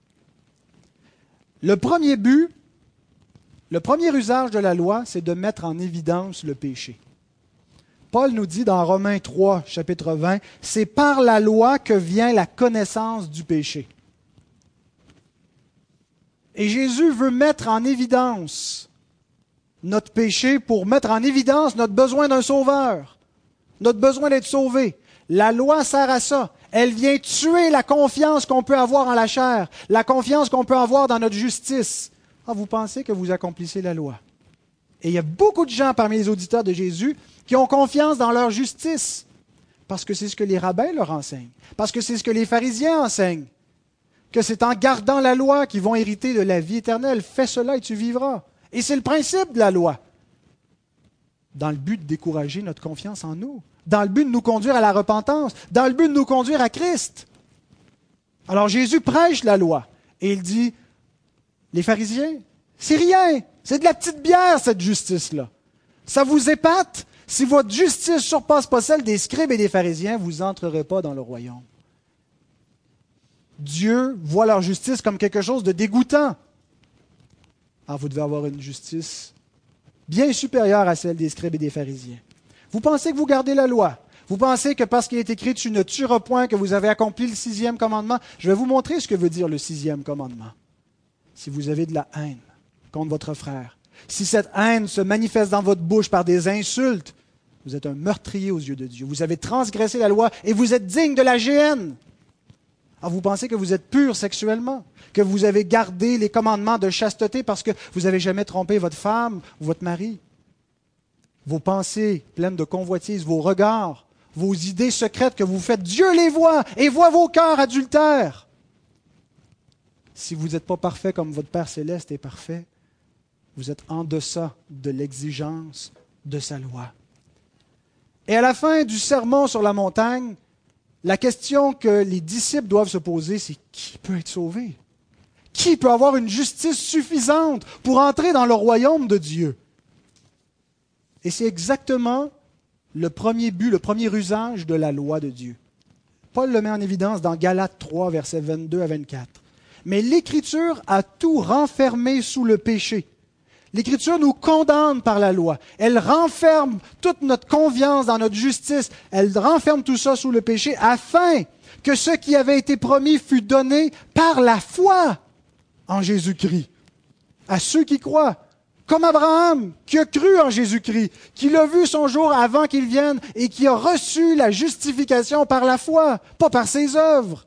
Le premier but, le premier usage de la loi, c'est de mettre en évidence le péché. Paul nous dit dans Romains trois, chapitre vingt, « C'est par la loi que vient la connaissance du péché. » Et Jésus veut mettre en évidence notre péché pour mettre en évidence notre besoin d'un sauveur, notre besoin d'être sauvé. La loi sert à ça. Elle vient tuer la confiance qu'on peut avoir en la chair, la confiance qu'on peut avoir dans notre justice. Ah, vous pensez que vous accomplissez la loi. Et il y a beaucoup de gens parmi les auditeurs de Jésus qui ont confiance dans leur justice, parce que c'est ce que les rabbins leur enseignent, parce que c'est ce que les pharisiens enseignent, que c'est en gardant la loi qu'ils vont hériter de la vie éternelle. Fais cela et tu vivras. Et c'est le principe de la loi, dans le but de décourager notre confiance en nous, dans le but de nous conduire à la repentance, dans le but de nous conduire à Christ. Alors Jésus prêche la loi, et il dit, les pharisiens, c'est rien, c'est de la petite bière cette justice-là. Ça vous épate? Si votre justice surpasse pas celle des scribes et des pharisiens, vous n'entrerez pas dans le royaume. Dieu voit leur justice comme quelque chose de dégoûtant. Alors vous devez avoir une justice bien supérieure à celle des scribes et des pharisiens. Vous pensez que vous gardez la loi. Vous pensez que parce qu'il est écrit « Tu ne tueras point » que vous avez accompli le sixième commandement. Je vais vous montrer ce que veut dire le sixième commandement. Si vous avez de la haine contre votre frère, si cette haine se manifeste dans votre bouche par des insultes, vous êtes un meurtrier aux yeux de Dieu. Vous avez transgressé la loi et vous êtes digne de la géhenne. Alors vous pensez que vous êtes pur sexuellement, que vous avez gardé les commandements de chasteté parce que vous n'avez jamais trompé votre femme ou votre mari. Vos pensées pleines de convoitise, vos regards, vos idées secrètes que vous faites, Dieu les voit et voit vos cœurs adultères. Si vous n'êtes pas parfait comme votre Père céleste est parfait, vous êtes en deçà de l'exigence de sa loi. Et à la fin du sermon sur la montagne, la question que les disciples doivent se poser, c'est qui peut être sauvé? Qui peut avoir une justice suffisante pour entrer dans le royaume de Dieu? Et c'est exactement le premier but, le premier usage de la loi de Dieu. Paul le met en évidence dans Galates trois, versets vingt-deux à vingt-quatre. Mais l'Écriture a tout renfermé sous le péché. L'Écriture nous condamne par la loi. Elle renferme toute notre confiance dans notre justice. Elle renferme tout ça sous le péché afin que ce qui avait été promis fût donné par la foi en Jésus-Christ à ceux qui croient. Comme Abraham, qui a cru en Jésus-Christ, qui l'a vu son jour avant qu'il vienne et qui a reçu la justification par la foi, pas par ses œuvres.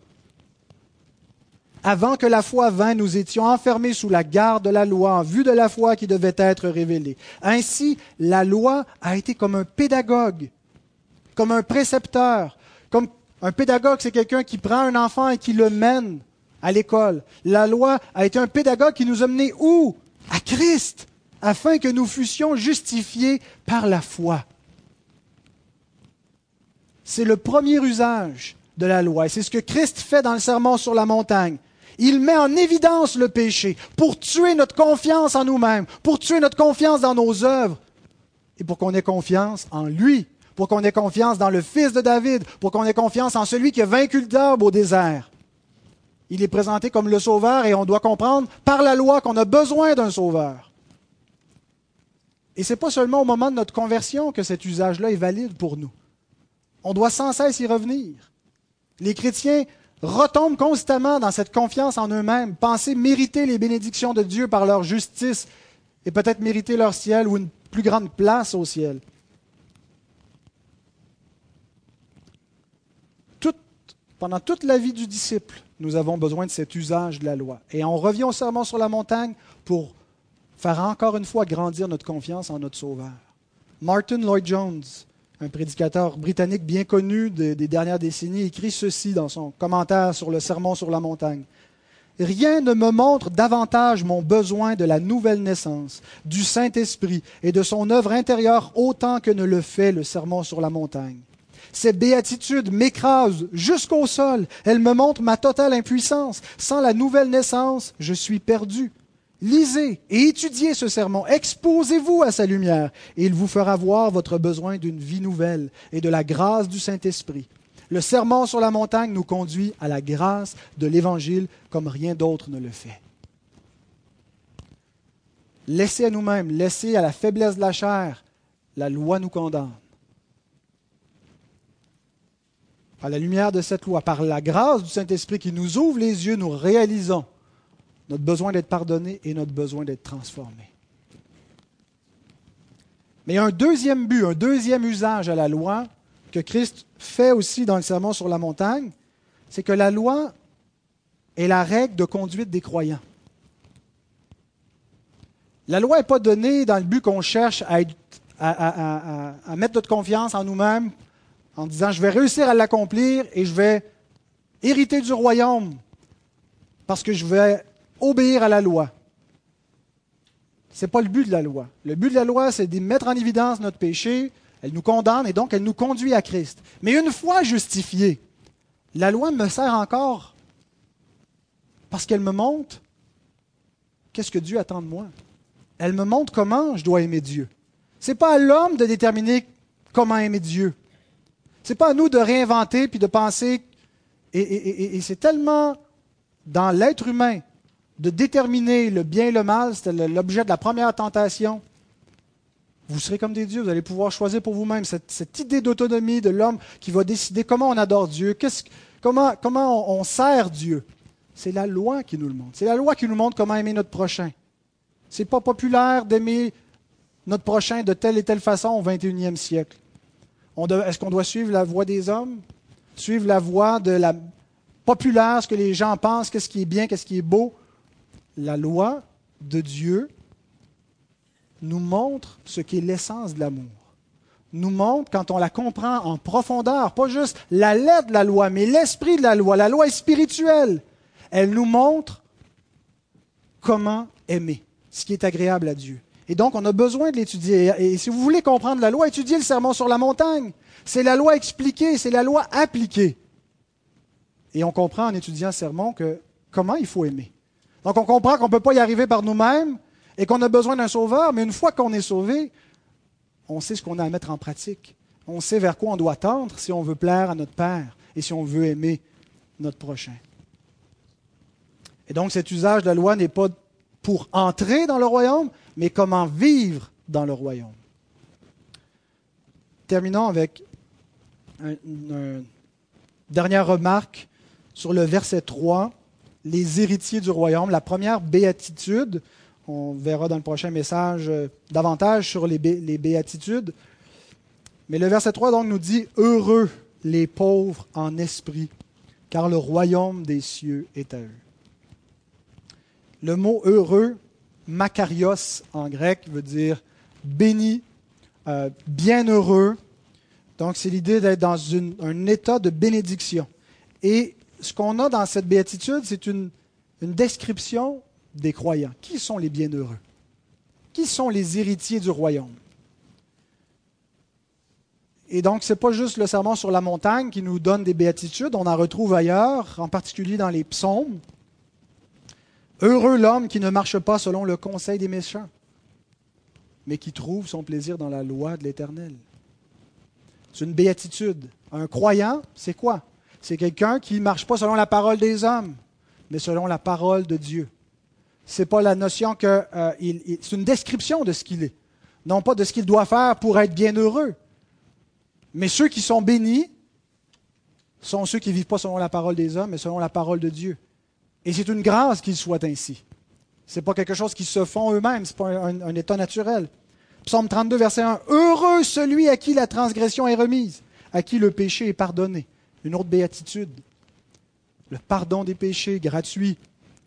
Avant que la foi vînt, nous étions enfermés sous la garde de la loi en vue de la foi qui devait être révélée. Ainsi, la loi a été comme un pédagogue, comme un précepteur. Comme un pédagogue, c'est quelqu'un qui prend un enfant et qui le mène à l'école. La loi a été un pédagogue qui nous a menés où? À Christ, afin que nous fussions justifiés par la foi. C'est le premier usage de la loi. Et c'est ce que Christ fait dans le sermon sur la montagne. Il met en évidence le péché pour tuer notre confiance en nous-mêmes, pour tuer notre confiance dans nos œuvres et pour qu'on ait confiance en lui, pour qu'on ait confiance dans le Fils de David, pour qu'on ait confiance en celui qui a vaincu le diable au désert. Il est présenté comme le Sauveur et on doit comprendre par la loi qu'on a besoin d'un Sauveur. Et ce n'est pas seulement au moment de notre conversion que cet usage-là est valide pour nous. On doit sans cesse y revenir. Les chrétiens retombent constamment dans cette confiance en eux-mêmes, penser mériter les bénédictions de Dieu par leur justice et peut-être mériter leur ciel ou une plus grande place au ciel. Tout, pendant toute la vie du disciple, nous avons besoin de cet usage de la loi. Et on revient au sermon sur la montagne pour faire encore une fois grandir notre confiance en notre Sauveur. Martin Lloyd-Jones, un prédicateur britannique bien connu des, des dernières décennies, écrit ceci dans son commentaire sur le sermon sur la montagne. « Rien ne me montre davantage mon besoin de la nouvelle naissance, du Saint-Esprit et de son œuvre intérieure autant que ne le fait le sermon sur la montagne. Ces béatitudes m'écrasent jusqu'au sol. Elles me montrent ma totale impuissance. Sans la nouvelle naissance, je suis perdu. Lisez et étudiez ce sermon, exposez-vous à sa lumière, et il vous fera voir votre besoin d'une vie nouvelle et de la grâce du Saint-Esprit. Le sermon sur la montagne nous conduit à la grâce de l'Évangile comme rien d'autre ne le fait. Laissez à nous-mêmes, laissez à la faiblesse de la chair, la loi nous condamne. À la lumière de cette loi, par la grâce du Saint-Esprit qui nous ouvre les yeux, nous réalisons notre besoin d'être pardonné et notre besoin d'être transformé. Mais il y a un deuxième but, un deuxième usage à la loi que Christ fait aussi dans le sermon sur la montagne, c'est que la loi est la règle de conduite des croyants. La loi n'est pas donnée dans le but qu'on cherche à, être, à, à, à, à mettre notre confiance en nous-mêmes en disant « je vais réussir à l'accomplir et je vais hériter du royaume parce que je vais obéir à la loi. » Ce n'est pas le but de la loi. Le but de la loi, c'est de mettre en évidence notre péché. Elle nous condamne et donc elle nous conduit à Christ. Mais une fois justifié, la loi me sert encore parce qu'elle me montre qu'est-ce que Dieu attend de moi. Elle me montre comment je dois aimer Dieu. Ce n'est pas à l'homme de déterminer comment aimer Dieu. Ce n'est pas à nous de réinventer puis de penser. Et, et, et, et c'est tellement dans l'être humain de déterminer le bien et le mal, c'était l'objet de la première tentation. Vous serez comme des dieux, vous allez pouvoir choisir pour vous-même. Cette, cette idée d'autonomie de l'homme qui va décider comment on adore Dieu, comment, comment on, on sert Dieu. C'est la loi qui nous le montre. C'est la loi qui nous montre comment aimer notre prochain. Ce n'est pas populaire d'aimer notre prochain de telle et telle façon au vingt et unième siècle. Est-ce qu'on doit suivre la voie des hommes? Suivre la voie de la populaire, ce que les gens pensent, qu'est-ce qui est bien, qu'est-ce qui est beau? La loi de Dieu nous montre ce qu'est l'essence de l'amour. Nous montre, quand on la comprend en profondeur, pas juste la lettre de la loi, mais l'esprit de la loi. La loi est spirituelle. Elle nous montre comment aimer, ce qui est agréable à Dieu. Et donc, on a besoin de l'étudier. Et si vous voulez comprendre la loi, étudiez le Sermon sur la montagne. C'est la loi expliquée, c'est la loi appliquée. Et on comprend en étudiant ce sermon que comment il faut aimer. Donc, on comprend qu'on ne peut pas y arriver par nous-mêmes et qu'on a besoin d'un sauveur, mais une fois qu'on est sauvé, on sait ce qu'on a à mettre en pratique. On sait vers quoi on doit tendre si on veut plaire à notre Père et si on veut aimer notre prochain. Et donc, cet usage de la loi n'est pas pour entrer dans le royaume, mais comment vivre dans le royaume. Terminons avec une, une dernière remarque sur le verset trois, les héritiers du royaume. La première béatitude, on verra dans le prochain message davantage sur les, bé, les béatitudes. Mais le verset trois donc nous dit « Heureux les pauvres en esprit, car le royaume des cieux est à eux. » Le mot « heureux », makarios en grec, veut dire « béni euh, »,« bienheureux ». Donc c'est l'idée d'être dans une, un état de bénédiction. Et ce qu'on a dans cette béatitude, c'est une, une description des croyants. Qui sont les bienheureux? Qui sont les héritiers du royaume? Et donc, ce n'est pas juste le sermon sur la montagne qui nous donne des béatitudes, on en retrouve ailleurs, en particulier dans les psaumes. Heureux l'homme qui ne marche pas selon le conseil des méchants, mais qui trouve son plaisir dans la loi de l'Éternel. C'est une béatitude. Un croyant, c'est quoi? C'est quelqu'un qui ne marche pas selon la parole des hommes, mais selon la parole de Dieu. Ce n'est pas la notion que... Euh, il, il, c'est une description de ce qu'il est, non pas de ce qu'il doit faire pour être bienheureux. Mais ceux qui sont bénis sont ceux qui ne vivent pas selon la parole des hommes, mais selon la parole de Dieu. Et c'est une grâce qu'ils soient ainsi. Ce n'est pas quelque chose qu'ils se font eux-mêmes, ce n'est pas un, un état naturel. Psaume trente-deux, verset un. « Heureux celui à qui la transgression est remise, à qui le péché est pardonné. » Une autre béatitude. Le pardon des péchés gratuit.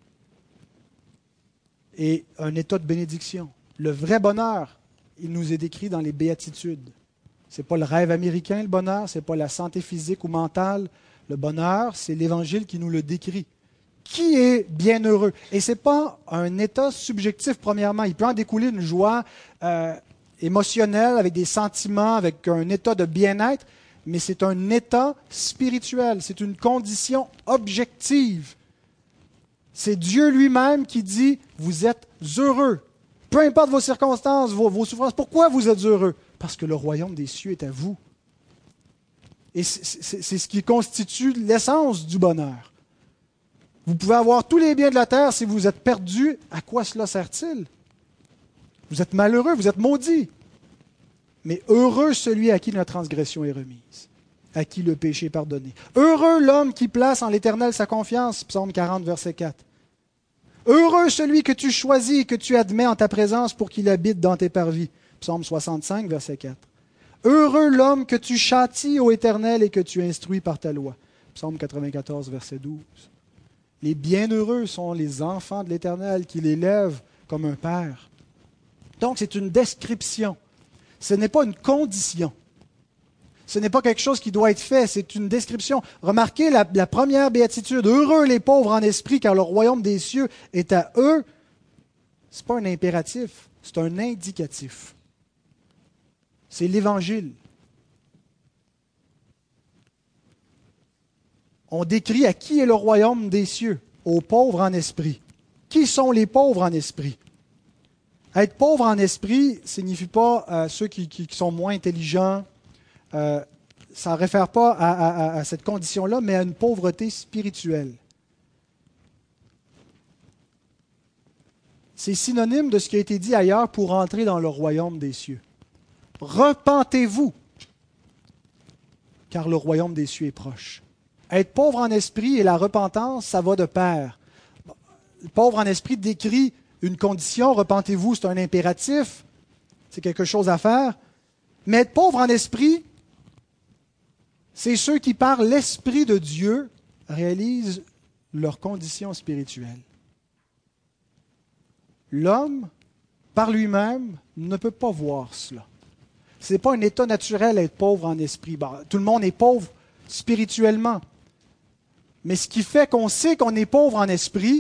Et un état de bénédiction. Le vrai bonheur, il nous est décrit dans les béatitudes. Ce n'est pas le rêve américain, le bonheur, ce n'est pas la santé physique ou mentale. Le bonheur, c'est l'Évangile qui nous le décrit. Qui est bienheureux? Et ce n'est pas un état subjectif, premièrement. Il peut en découler une joie euh, émotionnelle, avec des sentiments, avec un état de bien-être, mais c'est un état spirituel. C'est une condition objective. C'est Dieu lui-même qui dit « Vous êtes heureux. » Peu importe vos circonstances, vos, vos souffrances. Pourquoi vous êtes heureux? Parce que le royaume des cieux est à vous. Et c'est, c'est, c'est ce qui constitue l'essence du bonheur. Vous pouvez avoir tous les biens de la terre, si vous êtes perdu, à quoi cela sert-il? Vous êtes malheureux, vous êtes maudit. Mais heureux celui à qui la transgression est remise, à qui le péché est pardonné. Heureux l'homme qui place en l'Éternel sa confiance, Psaume quarante, verset quatre. Heureux celui que tu choisis et que tu admets en ta présence pour qu'il habite dans tes parvis, Psaume soixante-cinq, verset quatre. Heureux l'homme que tu châties, ô Éternel, et que tu instruis par ta loi, Psaume quatre-vingt-quatorze, verset douze. Les bienheureux sont les enfants de l'Éternel qui l'élèvent comme un père. Donc, c'est une description. Ce n'est pas une condition. Ce n'est pas quelque chose qui doit être fait, c'est une description. Remarquez la, la première béatitude. Heureux les pauvres en esprit, car le royaume des cieux est à eux. Ce n'est pas un impératif, c'est un indicatif. C'est l'Évangile. On décrit à qui est le royaume des cieux, aux pauvres en esprit. Qui sont les pauvres en esprit? Être pauvre en esprit ne signifie pas euh, ceux qui, qui, qui sont moins intelligents. Euh, ça ne réfère pas à, à, à cette condition-là, mais à une pauvreté spirituelle. C'est synonyme de ce qui a été dit ailleurs pour entrer dans le royaume des cieux. Repentez-vous, car le royaume des cieux est proche. Être pauvre en esprit et la repentance, ça va de pair. Pauvre en esprit décrit une condition, repentez-vous, c'est un impératif, c'est quelque chose à faire. Mais être pauvre en esprit, c'est ceux qui, par l'Esprit de Dieu, réalisent leur condition spirituelle. L'homme, par lui-même, ne peut pas voir cela. Ce n'est pas un état naturel être pauvre en esprit. Bon, tout le monde est pauvre spirituellement. Mais ce qui fait qu'on sait qu'on est pauvre en esprit,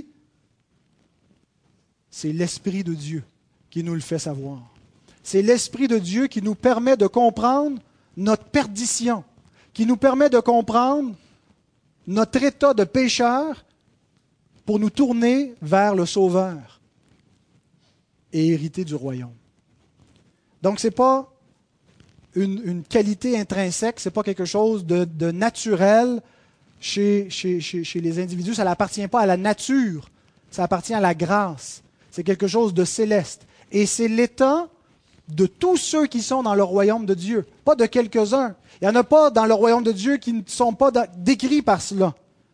c'est l'Esprit de Dieu qui nous le fait savoir. C'est l'Esprit de Dieu qui nous permet de comprendre notre perdition, qui nous permet de comprendre notre état de pécheur pour nous tourner vers le Sauveur et hériter du royaume. Donc, ce n'est pas une, une qualité intrinsèque, ce n'est pas quelque chose de, de naturel chez, chez, chez, chez les individus. Ça n'appartient pas à la nature, ça appartient à la grâce. C'est quelque chose de céleste. Et c'est l'état de tous ceux qui sont dans le royaume de Dieu, pas de quelques-uns. Il n'y en a pas dans le royaume de Dieu qui ne sont pas décrits par cela.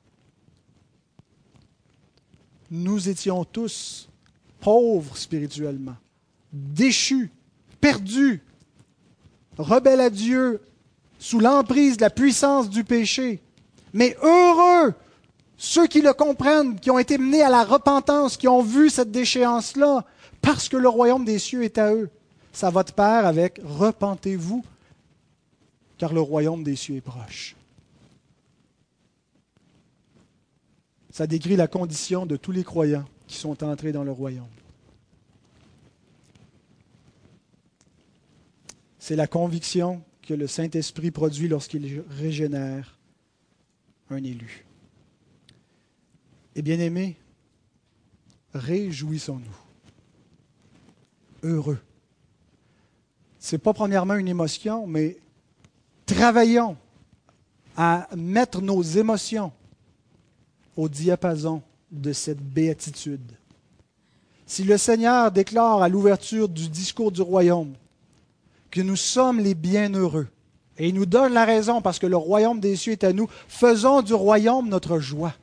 Nous étions tous pauvres spirituellement, déchus, perdus, rebelles à Dieu, sous l'emprise de la puissance du péché. Mais heureux ceux qui le comprennent, qui ont été menés à la repentance, qui ont vu cette déchéance-là, parce que le royaume des cieux est à eux. Ça va de pair avec « repentez-vous, car le royaume des cieux est proche ». Ça décrit la condition de tous les croyants qui sont entrés dans le royaume. C'est la conviction que le Saint-Esprit produit lorsqu'il régénère un élu. Et bien-aimés, réjouissons-nous. Heureux. Ce n'est pas premièrement une émotion, mais travaillons à mettre nos émotions au diapason de cette béatitude. Si le Seigneur déclare à l'ouverture du discours du royaume que nous sommes les bienheureux, et il nous donne la raison parce que le royaume des cieux est à nous, faisons du royaume notre joie.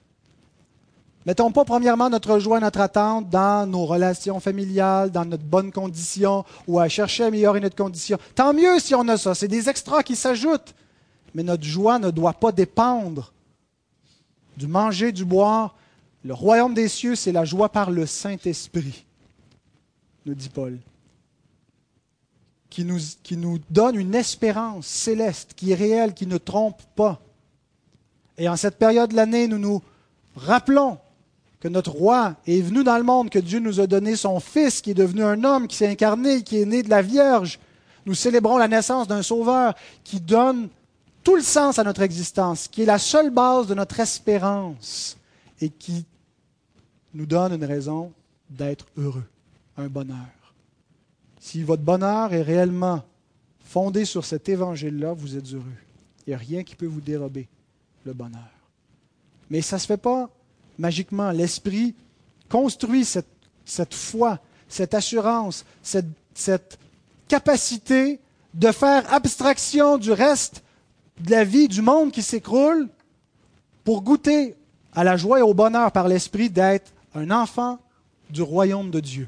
Mettons pas premièrement notre joie, notre attente dans nos relations familiales, dans notre bonne condition ou à chercher à améliorer notre condition. Tant mieux si on a ça, c'est des extras qui s'ajoutent. Mais notre joie ne doit pas dépendre du manger, du boire. Le royaume des cieux, c'est la joie par le Saint-Esprit, nous dit Paul, qui nous, qui nous donne une espérance céleste, qui est réelle, qui ne trompe pas. Et en cette période de l'année, nous nous rappelons que notre roi est venu dans le monde, que Dieu nous a donné son Fils, qui est devenu un homme, qui s'est incarné, qui est né de la Vierge. Nous célébrons la naissance d'un Sauveur qui donne tout le sens à notre existence, qui est la seule base de notre espérance et qui nous donne une raison d'être heureux, un bonheur. Si votre bonheur est réellement fondé sur cet évangile-là, vous êtes heureux. Il n'y a rien qui peut vous dérober le bonheur. Mais ça ne se fait pas magiquement. L'Esprit construit cette, cette foi, cette assurance, cette, cette capacité de faire abstraction du reste de la vie, du monde qui s'écroule, pour goûter à la joie et au bonheur par l'Esprit d'être un enfant du royaume de Dieu.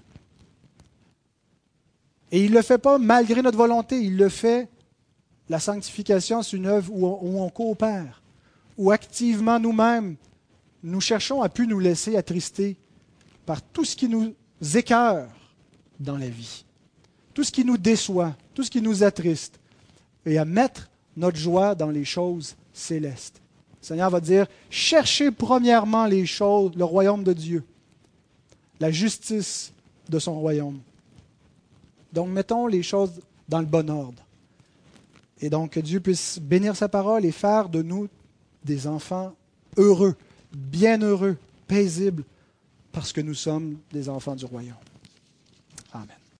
Et il ne le fait pas malgré notre volonté, il le fait, la sanctification, c'est une œuvre où on, où on coopère, où activement nous-mêmes, nous cherchons à plus nous laisser attrister par tout ce qui nous écœure dans la vie, tout ce qui nous déçoit, tout ce qui nous attriste, et à mettre notre joie dans les choses célestes. Le Seigneur va dire, cherchez premièrement les choses, le royaume de Dieu, la justice de son royaume. Donc, mettons les choses dans le bon ordre. Et donc, que Dieu puisse bénir sa parole et faire de nous des enfants heureux, bienheureux, paisibles, parce que nous sommes des enfants du royaume. Amen.